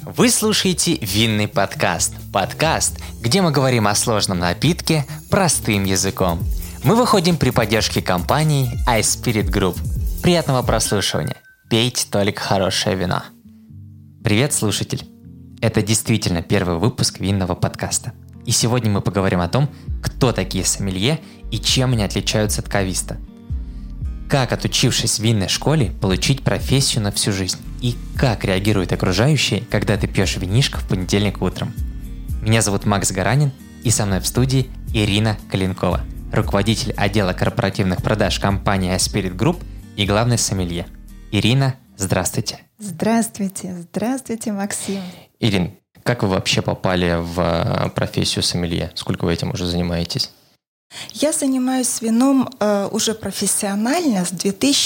Вы слушаете винный подкаст. Подкаст, где мы говорим о сложном напитке простым языком. Мы выходим при поддержке компании iSpirit Group. Приятного прослушивания. Пейте только хорошее вино. Привет, слушатель. Это действительно первый выпуск винного подкаста. И сегодня мы поговорим о том, кто такие сомелье и чем они отличаются от кависта. Как, отучившись в винной школе, получить профессию на всю жизнь? И как реагируют окружающие, когда ты пьешь винишко в понедельник утром? Меня зовут Макс Гаранин, и со мной в студии Ирина Калинкова, руководитель отдела корпоративных продаж компании iSpirit Group и главный сомелье. Ирина, здравствуйте. Здравствуйте, Максим. Ирин, как вы вообще попали в профессию сомелье? Сколько вы этим уже занимаетесь? Я занимаюсь вином уже профессионально с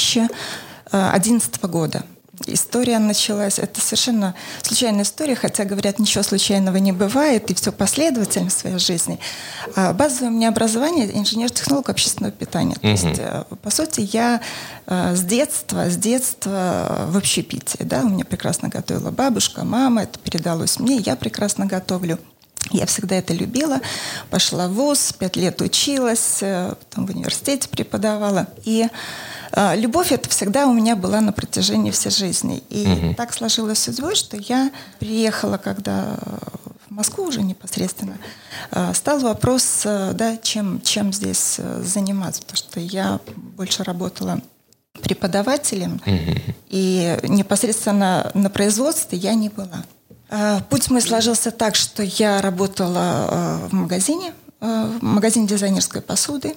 2011 года. История началась, это совершенно случайная история, хотя, говорят, ничего случайного не бывает, и все последовательно в своей жизни. Базовое у меня образование – инженер-технолог общественного питания. То есть, по сути, я с детства в общепите. Да? У меня прекрасно готовила бабушка, мама, это передалось мне, я прекрасно готовлю. Я всегда это любила. Пошла в вуз, 5 лет училась, потом в университете преподавала. И любовь эта всегда у меня была на протяжении всей жизни. И так сложилось судьбой, что я приехала, когда в Москву уже непосредственно, стал вопрос, да, чем здесь заниматься. Потому что я больше работала преподавателем, и непосредственно на производстве я не была. Путь мой сложился так, что я работала в магазине дизайнерской посуды.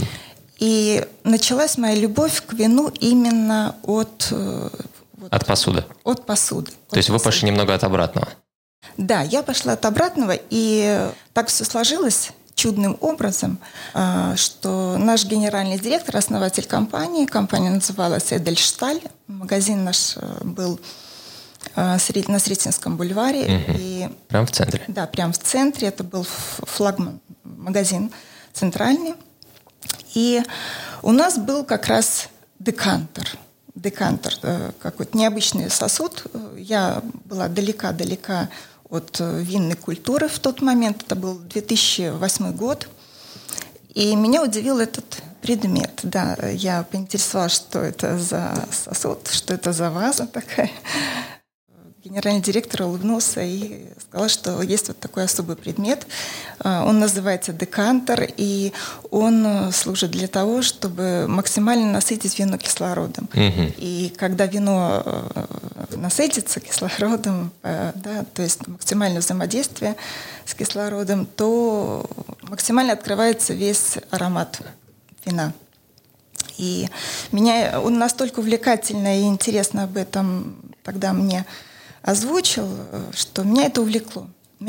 И началась моя любовь к вину именно от посуды? От посуды. То есть вы пошли немного от обратного? Да, я пошла от обратного, и так все сложилось чудным образом, что наш генеральный директор, основатель компания называлась Эдельшталь, магазин наш был на Сретенском бульваре. И, прямо в центре? Да, прямо в центре. Это был флагман магазин центральный. И у нас был как раз декантер, какой-то необычный сосуд. Я была далека от винной культуры в тот момент. Это был 2008 год. И меня удивил этот предмет. Да, я поинтересовалась, что это за сосуд, что это за ваза такая. Генеральный директор улыбнулся и сказал, что есть вот такой особый предмет. Он называется декантер, и он служит для того, чтобы максимально насытить вино кислородом. И когда вино насытится кислородом, да, то есть максимальное взаимодействие с кислородом, то максимально открывается весь аромат вина. И он настолько увлекательно и интересно об этом тогда мне озвучил, что меня это увлекло.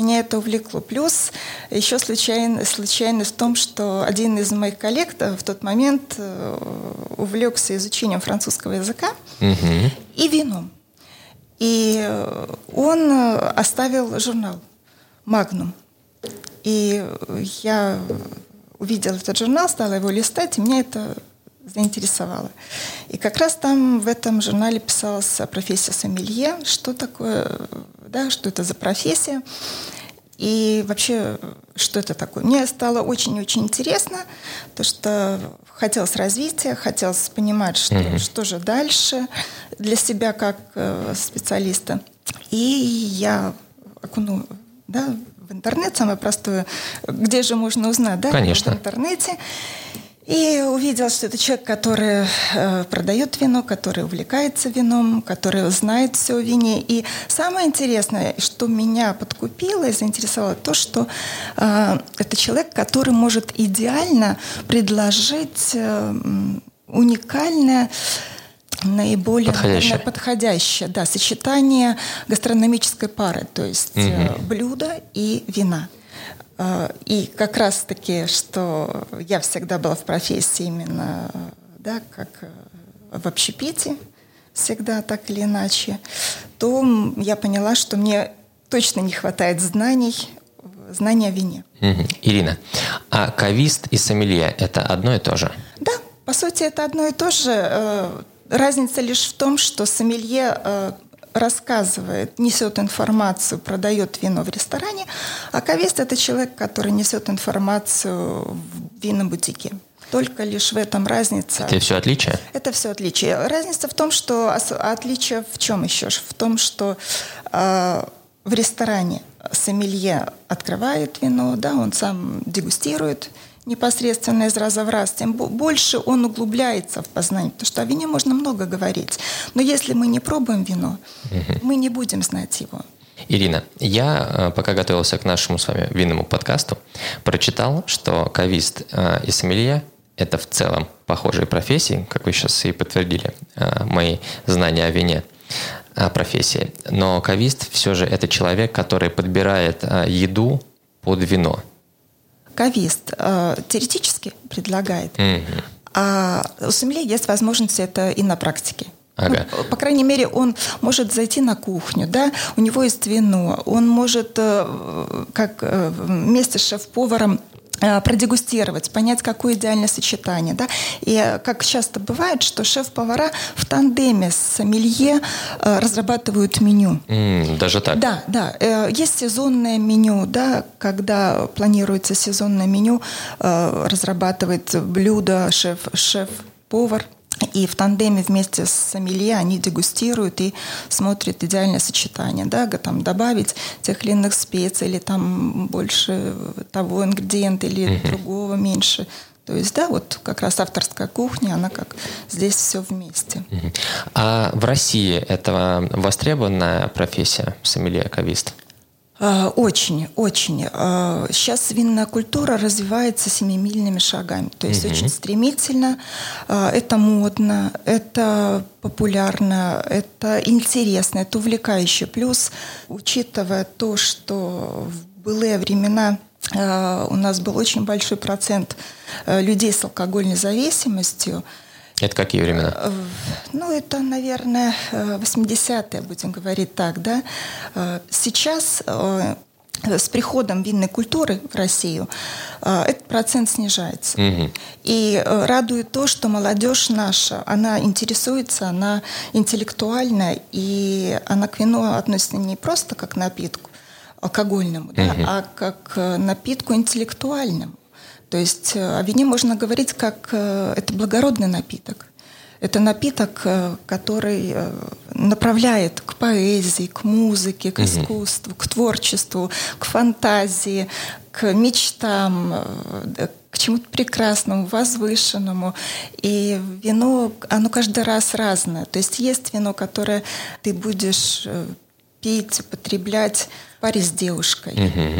Плюс еще случайность в том, что один из моих коллег в тот момент увлекся изучением французского языка и вином. И он оставил журнал «Магнум». И я увидела этот журнал, стала его листать, и меня это заинтересовало. И как раз там в этом журнале писалась о профессии сомелье, что такое, да, что это за профессия, и вообще, что это такое. Мне стало очень-очень интересно, потому что хотелось развития, хотелось понимать, что же дальше для себя как специалиста. И я окуну, да, в интернет, самое простое, где же можно узнать, да, конечно, в интернете. И увидела, что это человек, который продает вино, который увлекается вином, который знает все о вине. И самое интересное, что меня подкупило и заинтересовало, то, что это человек, который может идеально предложить уникальное, наиболее подходящее, да, сочетание гастрономической пары, то есть блюда и вина. И как раз-таки, что я всегда была в профессии именно, да, как в общепите, всегда так или иначе, то я поняла, что мне точно не хватает знаний о вине. Ирина, а кавист и сомелье – это одно и то же? Да, по сути, это одно и то же. Разница лишь в том, что сомелье рассказывает, несет информацию, продает вино в ресторане, а кавист – это человек, который несет информацию в винном бутике. Только лишь в этом разница. Это все отличие? Это все отличие. Разница в том, что отличие в чем еще? В том, что в ресторане сомелье открывает вино, да, он сам дегустирует непосредственно из раза в раз, тем больше он углубляется в познание, потому что о вине можно много говорить. Но если мы не пробуем вино, мы не будем знать его. Ирина, я, пока готовился к нашему с вами винному подкасту, прочитал, что кавист и сомелье – это в целом похожие профессии, как вы сейчас и подтвердили мои знания о вине, о профессии. Но кавист все же это человек, который подбирает еду под вино. Кавист теоретически предлагает, а у сомелье есть возможность это и на практике. Ага. Ну, по крайней мере, он может зайти на кухню, да, у него есть вино, он может как вместе с шеф-поваром продегустировать, понять, какое идеальное сочетание. Да? И как часто бывает, что шеф-повара в тандеме с сомелье разрабатывают меню. Даже так? Да, да. Есть сезонное меню, да, когда планируется сезонное меню, разрабатывает блюдо шеф-повар. И в тандеме вместе с сомелье они дегустируют и смотрят идеальное сочетание. Да? Там добавить тех или иных специй, или там больше того ингредиента, или другого меньше. То есть, да, вот как раз авторская кухня, она как здесь все вместе. А в России это востребованная профессия сомелье-кавист? Очень, очень. Сейчас винная культура развивается семимильными шагами. То есть очень стремительно. Это модно, это популярно, это интересно, это увлекающе. Плюс, учитывая то, что в былые времена у нас был очень большой процент людей с алкогольной зависимостью. Это какие времена? Ну, это, наверное, 80-е, будем говорить так, да. Сейчас с приходом винной культуры в Россию этот процент снижается. И радует то, что молодежь наша, она интересуется, она интеллектуальна, и она к вину относится не просто как к напитку алкогольному, да, а как к напитку интеллектуальному. То есть о вине можно говорить как это благородный напиток. Это напиток, который направляет к поэзии, к музыке, к искусству, к творчеству, к фантазии, к мечтам, к чему-то прекрасному, возвышенному. И вино, оно каждый раз разное. То есть есть вино, которое ты будешь пить, употреблять в паре с девушкой.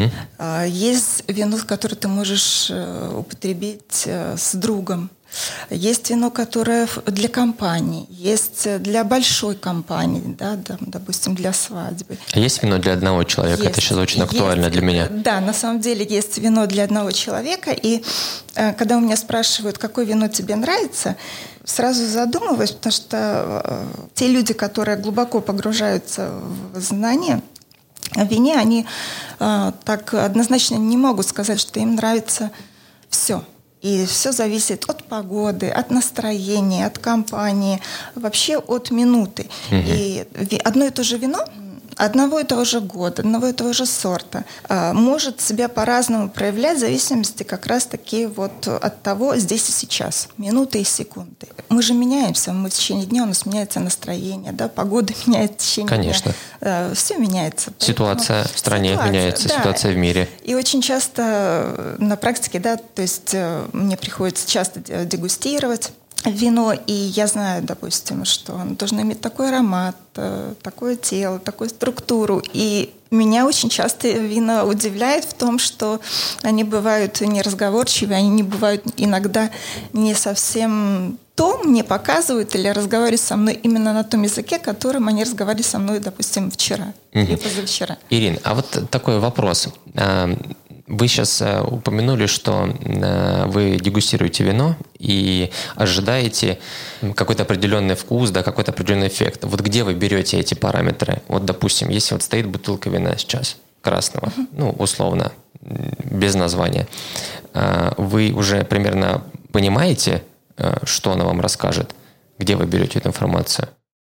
Есть вино, которое ты можешь употребить с другом. Есть вино, которое для компании, есть для большой компании, да, допустим, для свадьбы. А есть вино для одного человека? Это сейчас очень актуально для меня. Да, на самом деле есть вино для одного человека. И когда у меня спрашивают, какое вино тебе нравится, сразу задумываюсь, потому что те люди, которые глубоко погружаются в знания о вине, они так однозначно не могут сказать, что им нравится все. И все зависит от погоды, от настроения, от компании, вообще от минуты. И одно и то же вино одного и того же года, одного и того же сорта может себя по-разному проявлять в зависимости как раз-таки вот от того здесь и сейчас, минуты и секунды. Мы же меняемся, мы в течение дня, у нас меняется настроение, да, погода меняется в течение Конечно. дня. Все меняется. Ситуация в стране меняется, да, ситуация в мире. И очень часто на практике, да, то есть мне приходится часто дегустировать вино, и я знаю, допустим, что оно должно иметь такой аромат, такое тело, такую структуру. И меня очень часто вина удивляет в том, что они бывают неразговорчивые, они не бывают иногда не совсем то мне показывают или разговаривают со мной именно на том языке, которым они разговаривали со мной, допустим, вчера или позавчера. Ирина, а вот такой вопрос. Вы сейчас упомянули, что вы дегустируете вино и ожидаете какой-то определенный вкус, да, какой-то определенный эффект. Вот где вы берете эти параметры? Вот, допустим, если вот стоит бутылка вина сейчас, красного, ну, условно, без названия, вы уже примерно понимаете, что она вам расскажет? Где вы берете эту информацию?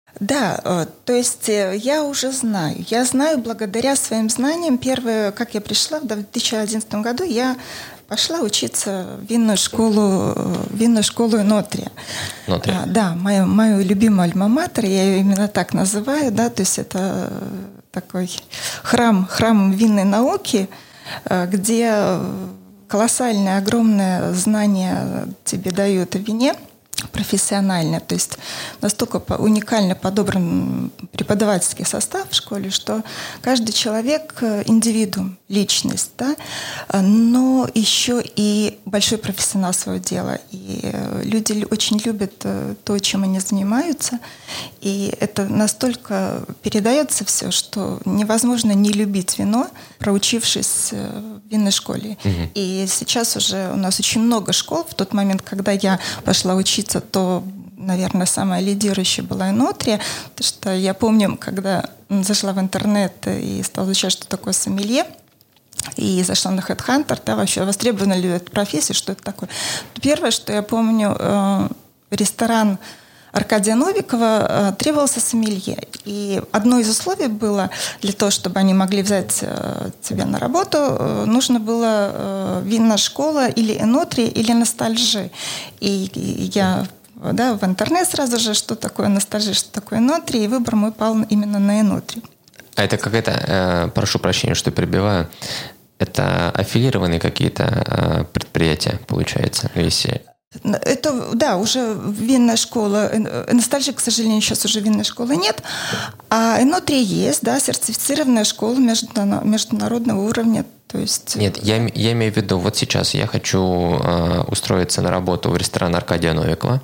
Да, то есть я уже знаю. Я знаю благодаря своим знаниям. Первое, как я пришла в 2011 году, я пошла учиться в винную школу Нотрия. Да, мою любимую альма-матер, я ее именно так называю, да, то есть это такой храм винной науки, где колоссальное, огромное знание тебе дают о вине, профессионально, то есть настолько уникально подобран преподавательский состав в школе, что каждый человек индивидуум, личность, да, но еще и большой профессионал своего дела. И люди очень любят то, чем они занимаются, и это настолько передается все, что невозможно не любить вино, проучившись в винной школе. И сейчас уже у нас очень много школ. В тот момент, когда я пошла учиться, то, наверное, самая лидирующая была Нотрия, потому что я помню, когда зашла в интернет и стала изучать, что такое сомелье, и зашла на HeadHunter, да, вообще востребована ли эта профессия, что это такое. Первое, что я помню, ресторан Аркадия Новикова требовался сомелье. И одно из условий было, для того, чтобы они могли взять тебя на работу, нужно было винная школа или Энотрия, или Ностальжи. И я в интернет сразу же, что такое Ностальжи, что такое Энотрия, и выбор мой пал именно на Энотрию. А это какая-то, прошу прощения, что перебиваю, это аффилированные какие-то предприятия, получается, если... Это, да, уже винная школа. Ностальжи, к сожалению, сейчас уже винной школы нет. А Энотрия есть, да, сертифицированная школа международного уровня. То есть... Нет, я имею в виду, вот сейчас я хочу устроиться на работу в ресторан Аркадия Новикова.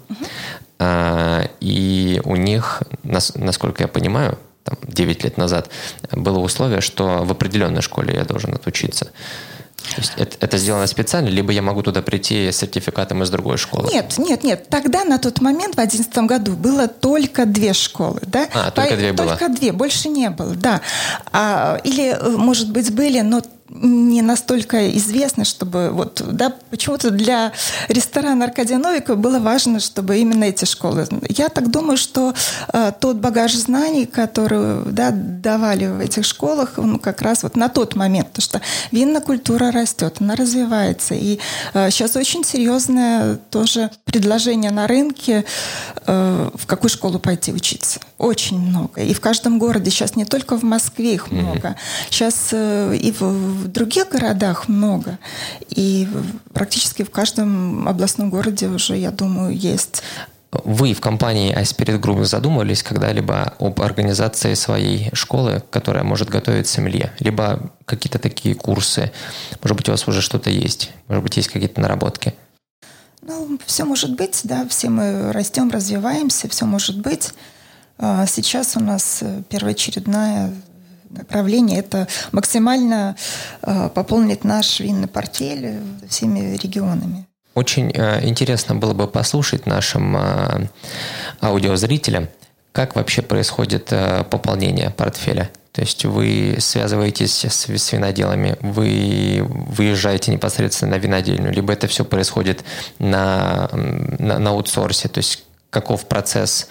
И у них, насколько я понимаю, 9 лет назад было условие, что в определенной школе я должен отучиться. То есть это сделано специально, либо я могу туда прийти с сертификатом из другой школы? Нет. Тогда, на тот момент, в 2011 году, было только 2 школы. Да? Только 2 было? Только 2, больше не было, да. Или, может быть, были, но не настолько известны, чтобы почему-то для ресторана Аркадия Новикова было важно, чтобы именно эти школы. Я так думаю, что тот багаж знаний, который давали в этих школах, он как раз на тот момент, потому что винная культура растет, она развивается. И сейчас очень серьезное тоже предложение на рынке, в какую школу пойти учиться. Очень много. И в каждом городе, сейчас не только в Москве их много, сейчас и в других городах много. И практически в каждом областном городе уже, я думаю, есть. Вы в компании iSpirit Group задумывались когда-либо об организации своей школы, которая может готовить сомелье? Либо какие-то такие курсы? Может быть, у вас уже что-то есть? Может быть, есть какие-то наработки? Все может быть, да. Все мы растем, развиваемся, все может быть. Сейчас у нас первоочередное направление – это максимально пополнить наш винный портфель всеми регионами. Очень интересно было бы послушать нашим аудиозрителям, как вообще происходит пополнение портфеля. То есть вы связываетесь с виноделами, вы выезжаете непосредственно на винодельню, либо это все происходит на аутсорсе. То есть каков процесс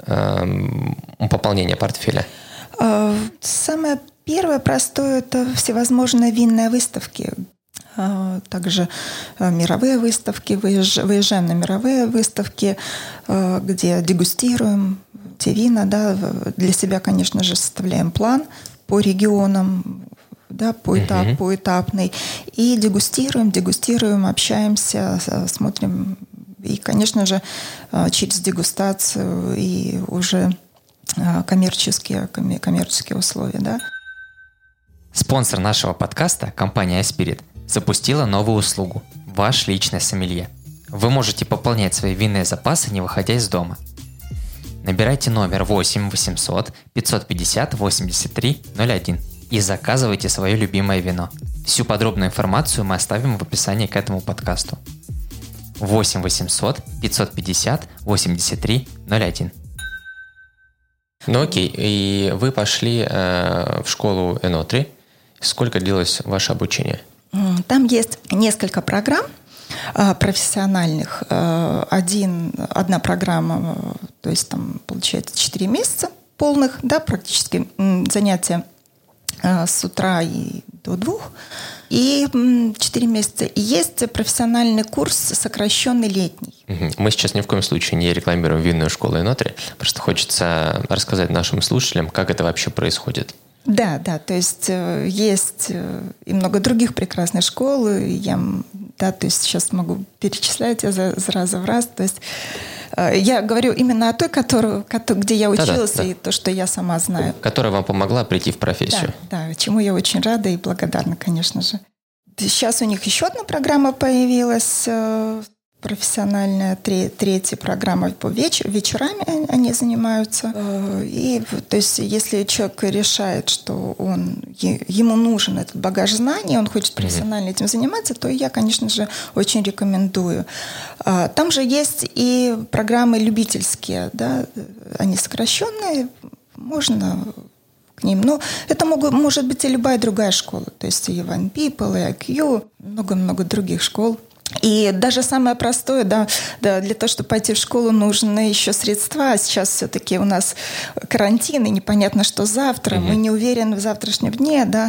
пополнения портфеля? Самое первое простое – это всевозможные винные выставки. Также мировые выставки, выезжаем на мировые выставки, где дегустируем те вина. Да, для себя, конечно же, составляем план по регионам, да, поэтапный. И дегустируем, общаемся, смотрим. И, конечно же, через дегустацию и уже коммерческие условия. Да. Спонсор нашего подкаста, компания iSpirit, запустила новую услугу – ваш личный сомелье. Вы можете пополнять свои винные запасы, не выходя из дома. Набирайте номер 8 800 550 83 01 и заказывайте свое любимое вино. Всю подробную информацию мы оставим в описании к этому подкасту. 8 800 550 83 01. Окей, и вы пошли в школу Энотри. Сколько длилось ваше обучение? Там есть несколько программ. профессиональных. Одна программа, то есть там получается 4 месяца полных, да, практически занятия с утра и до 2, и 4 месяца. И есть профессиональный курс, сокращенный летний. Мы сейчас ни в коем случае не рекламируем винную школу Инотри, просто хочется рассказать нашим слушателям, как это вообще происходит. Да, то есть есть и много других прекрасных школ. То есть сейчас могу перечислять из раза в раз. То есть я говорю именно о той, где я училась, и то, что я сама знаю. Которая вам помогла прийти в профессию. Да, чему я очень рада и благодарна, конечно же. Сейчас у них еще одна программа появилась, профессиональная, третья программа по вечерами они занимаются. И то есть если человек решает, что ему нужен этот багаж знаний, он хочет профессионально этим заниматься, то я, конечно же, очень рекомендую. Там же есть и программы любительские, да, они сокращенные, можно к ним. Но это может быть и любая другая школа. То есть и One People, и IQ, много-много других школ. И даже самое простое, для того, чтобы пойти в школу, нужны еще средства. А сейчас все-таки у нас карантин, и непонятно, что завтра. Мы не уверены в завтрашнем дне, да.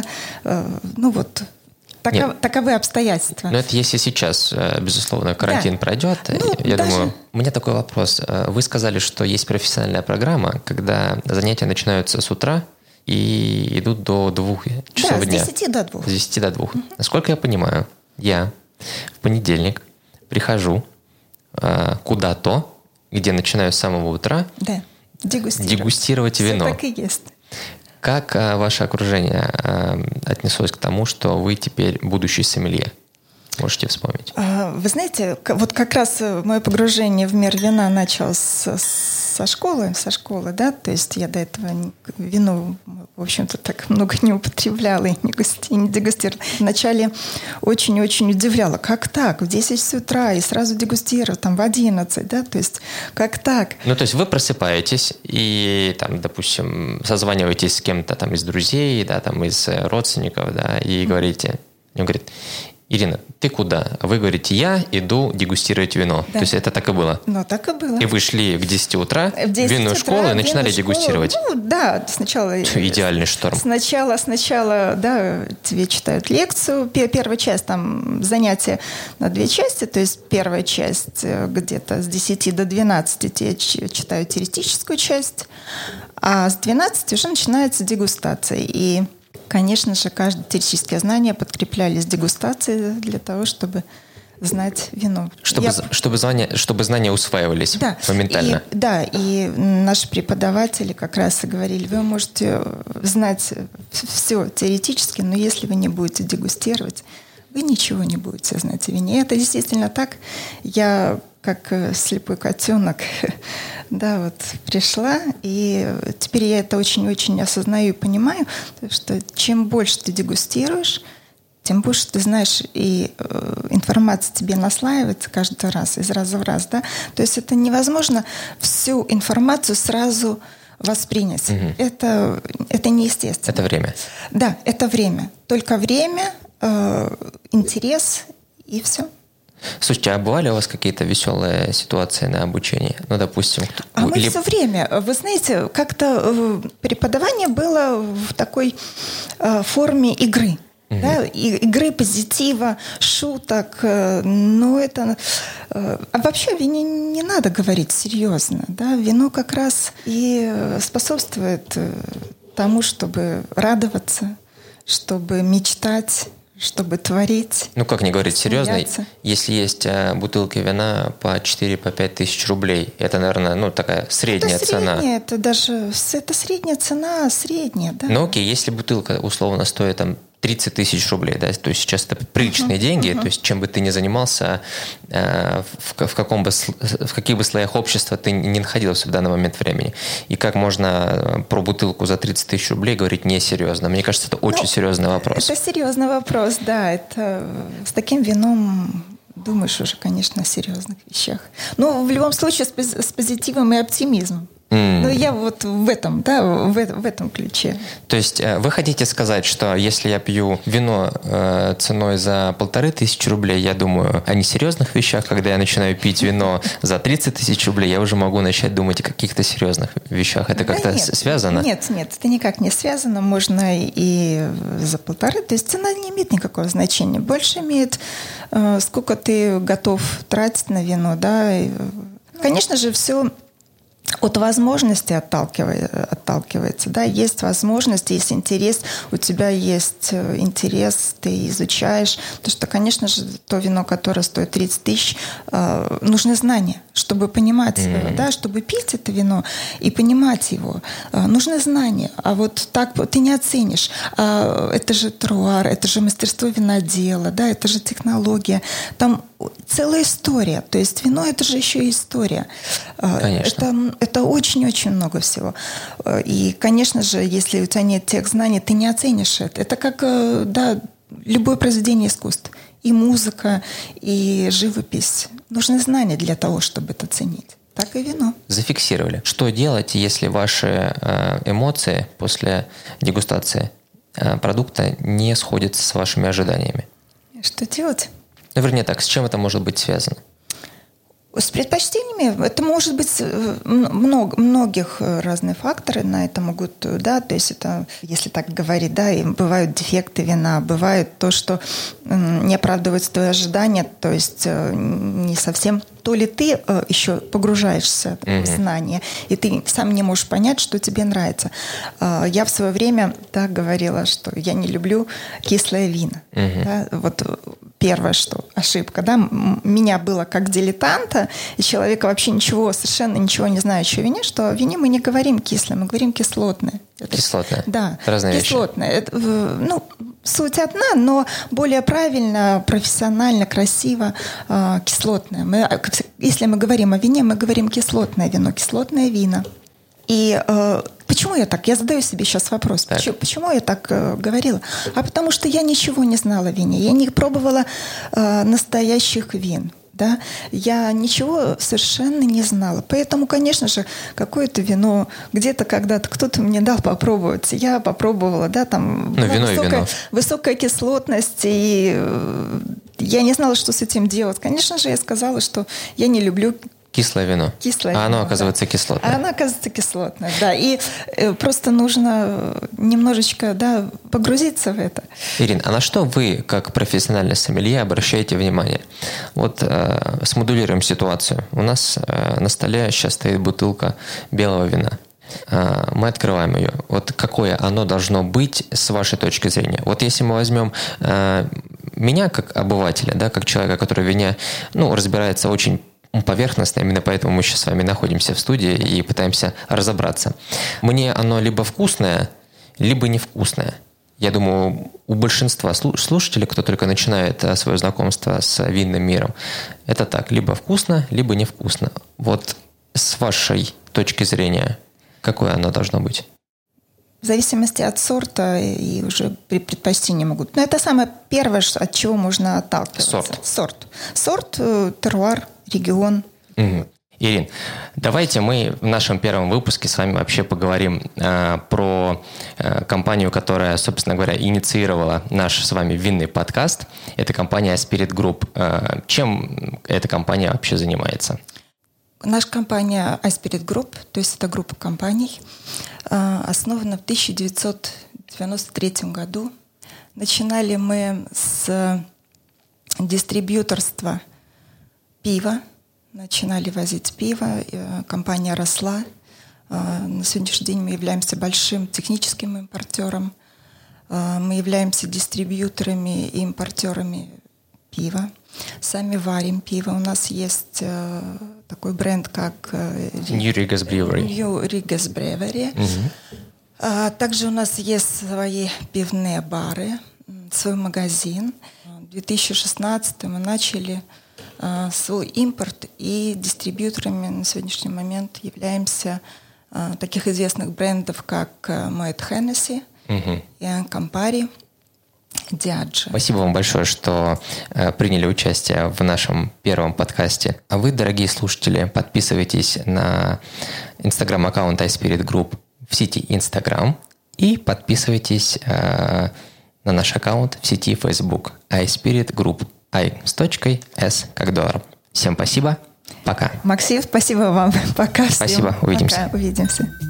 Таковы обстоятельства. Но это если сейчас, безусловно, карантин пройдет. Я думаю, у меня такой вопрос. Вы сказали, что есть профессиональная программа, когда занятия начинаются с утра и идут до 2 часов дня. С 10 до 2. С 10 до 2. Насколько я понимаю, я в понедельник прихожу куда-то, где начинаю с самого утра дегустировать вино. Все так и есть. Как ваше окружение отнеслось к тому, что вы теперь будущий сомелье? Можете вспомнить? Вы знаете, вот как раз мое погружение в мир вина началось со школы, да, то есть я до этого вино, в общем-то, так много не употребляла и не дегустировала. Вначале очень-очень удивляла, как так, в 10 утра и сразу дегустировать, там, в 11, да, то есть как так? Ну, то есть вы просыпаетесь и, там, допустим, созваниваетесь с кем-то там из друзей, да, там, из родственников, да, и говорите, он говорит: Ирина, ты куда? А вы говорите: я иду дегустировать вино. Да. То есть это так и было? Ну, так и было. И вы шли в 10 утра в винную школу и начинали дегустировать? Ну, да, сначала... Идеальный шторм. Сначала, да, тебе читают лекцию. Первая часть, там, занятия на 2 части. То есть первая часть где-то с 10 до 12 тебе читают теоретическую часть, а с 12 уже начинается дегустация. И конечно же, каждое теоретическое знание подкреплялись дегустацией для того, чтобы знать вино. Чтобы знания усваивались моментально. И наши преподаватели как раз и говорили: вы можете знать все теоретически, но если вы не будете дегустировать, вы ничего не будете знать о вине. И это действительно так. Я, как слепой котенок, да, вот пришла, и теперь я это очень-очень осознаю и понимаю, что чем больше ты дегустируешь, тем больше ты знаешь, и информация тебе наслаивается каждый раз, из раза в раз, да. То есть это невозможно всю информацию сразу воспринять. Это неестественно. Это время. Да, это время. Только время, интерес и все. Слушайте, а бывали у вас какие-то веселые ситуации на обучении? Ну, допустим... Мы все время, вы знаете, как-то преподавание было в такой форме игры. Да, игры, позитива, шуток. Но это... А вообще о вине не надо говорить серьезно. Да? Вино как раз и способствует тому, чтобы радоваться, чтобы мечтать, чтобы творить. Ну, как не говорить серьезно, смеяться. Если есть бутылки вина по 4-5 тысяч рублей, это, наверное, такая средняя цена. Это средняя цена, средняя, да. Ну, окей, если бутылка условно стоит там 30 тысяч рублей, да, то есть сейчас это приличные деньги, то есть чем бы ты ни занимался, в каких бы слоях общества ты не находился в данный момент времени. И как можно про бутылку за 30 тысяч рублей говорить несерьезно? Мне кажется, это очень серьезный вопрос. Это серьезный вопрос, да. Это с таким вином думаешь уже, конечно, о серьезных вещах. Но в любом случае с позитивом и оптимизмом. Ну, я вот в этом, да, в этом ключе. То есть вы хотите сказать, что если я пью вино ценой за 1500 рублей, я думаю о несерьезных вещах, когда я начинаю пить вино за 30 000 рублей, я уже могу начать думать о каких-то серьезных вещах. Это как-то связано? Нет, это никак не связано. Можно и за 1500. То есть цена не имеет никакого значения. Больше имеет, сколько ты готов тратить на вино, да. И, конечно же, все от возможности отталкивается, да, есть возможность, есть интерес, у тебя есть интерес, ты изучаешь, потому что, конечно же, то вино, которое стоит 30 000, нужны знания, чтобы понимать, да, чтобы пить это вино и понимать его, нужны знания, а вот так вот ты не оценишь, это же теруар, это же мастерство винодела, да, это же технология, там целая история, то есть вино это же еще и история. Конечно. Это очень-очень много всего. И, конечно же, если у тебя нет тех знаний, ты не оценишь это. Это как, да, любое произведение искусства. И музыка, и живопись. Нужны знания для того, чтобы это ценить. Так и вино. Зафиксировали. Что делать, если ваши эмоции после дегустации продукта не сходятся с вашими ожиданиями? Что делать? Ну, вернее так, с чем это может быть связано? С предпочтениями это может быть многих разные факторы на это могут, да, то есть это, если так говорить, да, и бывают дефекты вина, бывает то, что не оправдываются твои ожидания, то есть не совсем, то ли ты еще погружаешься в знания, и ты сам не можешь понять, что тебе нравится. Я в свое время так говорила, что я не люблю кислое вино. Да, вот первое, что ошибка, да, меня было как дилетанта, и человека вообще ничего, совершенно ничего не знающего о вине, что о вине мы не говорим кислое, мы говорим кислотное. Кислотное? Да. Разные кислотное. вещи. Это, ну, суть одна, но более правильно, профессионально, красиво кислотное. Если мы говорим о вине, мы говорим кислотное вино, кислотное вино. И почему я так? Я задаю себе сейчас вопрос. Почему я так говорила? А потому что я ничего не знала о вине. Я не пробовала настоящих вин. Да? Я ничего совершенно не знала. Поэтому, конечно же, какое-то вино где-то когда-то кто-то мне дал попробовать. Я попробовала, да, там высокая кислотность, и я не знала, что с этим делать. Конечно же, я сказала, что я не люблю кислое вино. Кислое оно вино, оказывается да. кислотное. А оно оказывается кислотное, да. И просто нужно немножечко, да, погрузиться в это. Ирина, а на что вы, как профессиональный сомелье, обращаете внимание? Вот смодулируем ситуацию. У нас на столе сейчас стоит бутылка белого вина. Мы открываем ее. Вот какое оно должно быть с вашей точки зрения? Вот если мы возьмем меня как обывателя, да, как человека, который в вине, разбирается очень поверхностно, именно поэтому мы сейчас с вами находимся в студии и пытаемся разобраться. Мне оно либо вкусное, либо невкусное. Я думаю, у большинства слушателей, кто только начинает свое знакомство с винным миром, это так, либо вкусно, либо невкусно. Вот с вашей точки зрения, какое оно должно быть? В зависимости от сорта и уже предпочтения могут. Но это самое первое, от чего можно отталкиваться. Сорт, теруар, регион. Ирин, давайте мы в нашем первом выпуске с вами вообще поговорим про компанию, которая, собственно говоря, инициировала наш с вами винный подкаст. Это компания Spirit Group. Чем эта компания вообще занимается? Наша компания iSpirit Group, то есть это группа компаний, основана в 1993 году. Начинали мы с дистрибьюторства пива, начинали возить пиво, компания росла. На сегодняшний день мы являемся большим техническим импортером, мы являемся дистрибьюторами и импортерами пива. Сами варим пиво. У нас есть такой бренд, как New Rigas Brewery. Также у нас есть свои пивные бары, свой магазин. В 2016 мы начали свой импорт, и дистрибьюторами на сегодняшний момент являемся таких известных брендов, как Moet Hennessy и Campari. Диаджи. Спасибо вам большое, что приняли участие в нашем первом подкасте. А вы, дорогие слушатели, подписывайтесь на инстаграм-аккаунт iSpirit Group в сети Instagram и подписывайтесь на наш аккаунт в сети Facebook iSpirit Group. I с точкой, S как доллар. Всем спасибо. Пока. Максим, спасибо вам. Пока. Спасибо. Увидимся. Пока. Увидимся.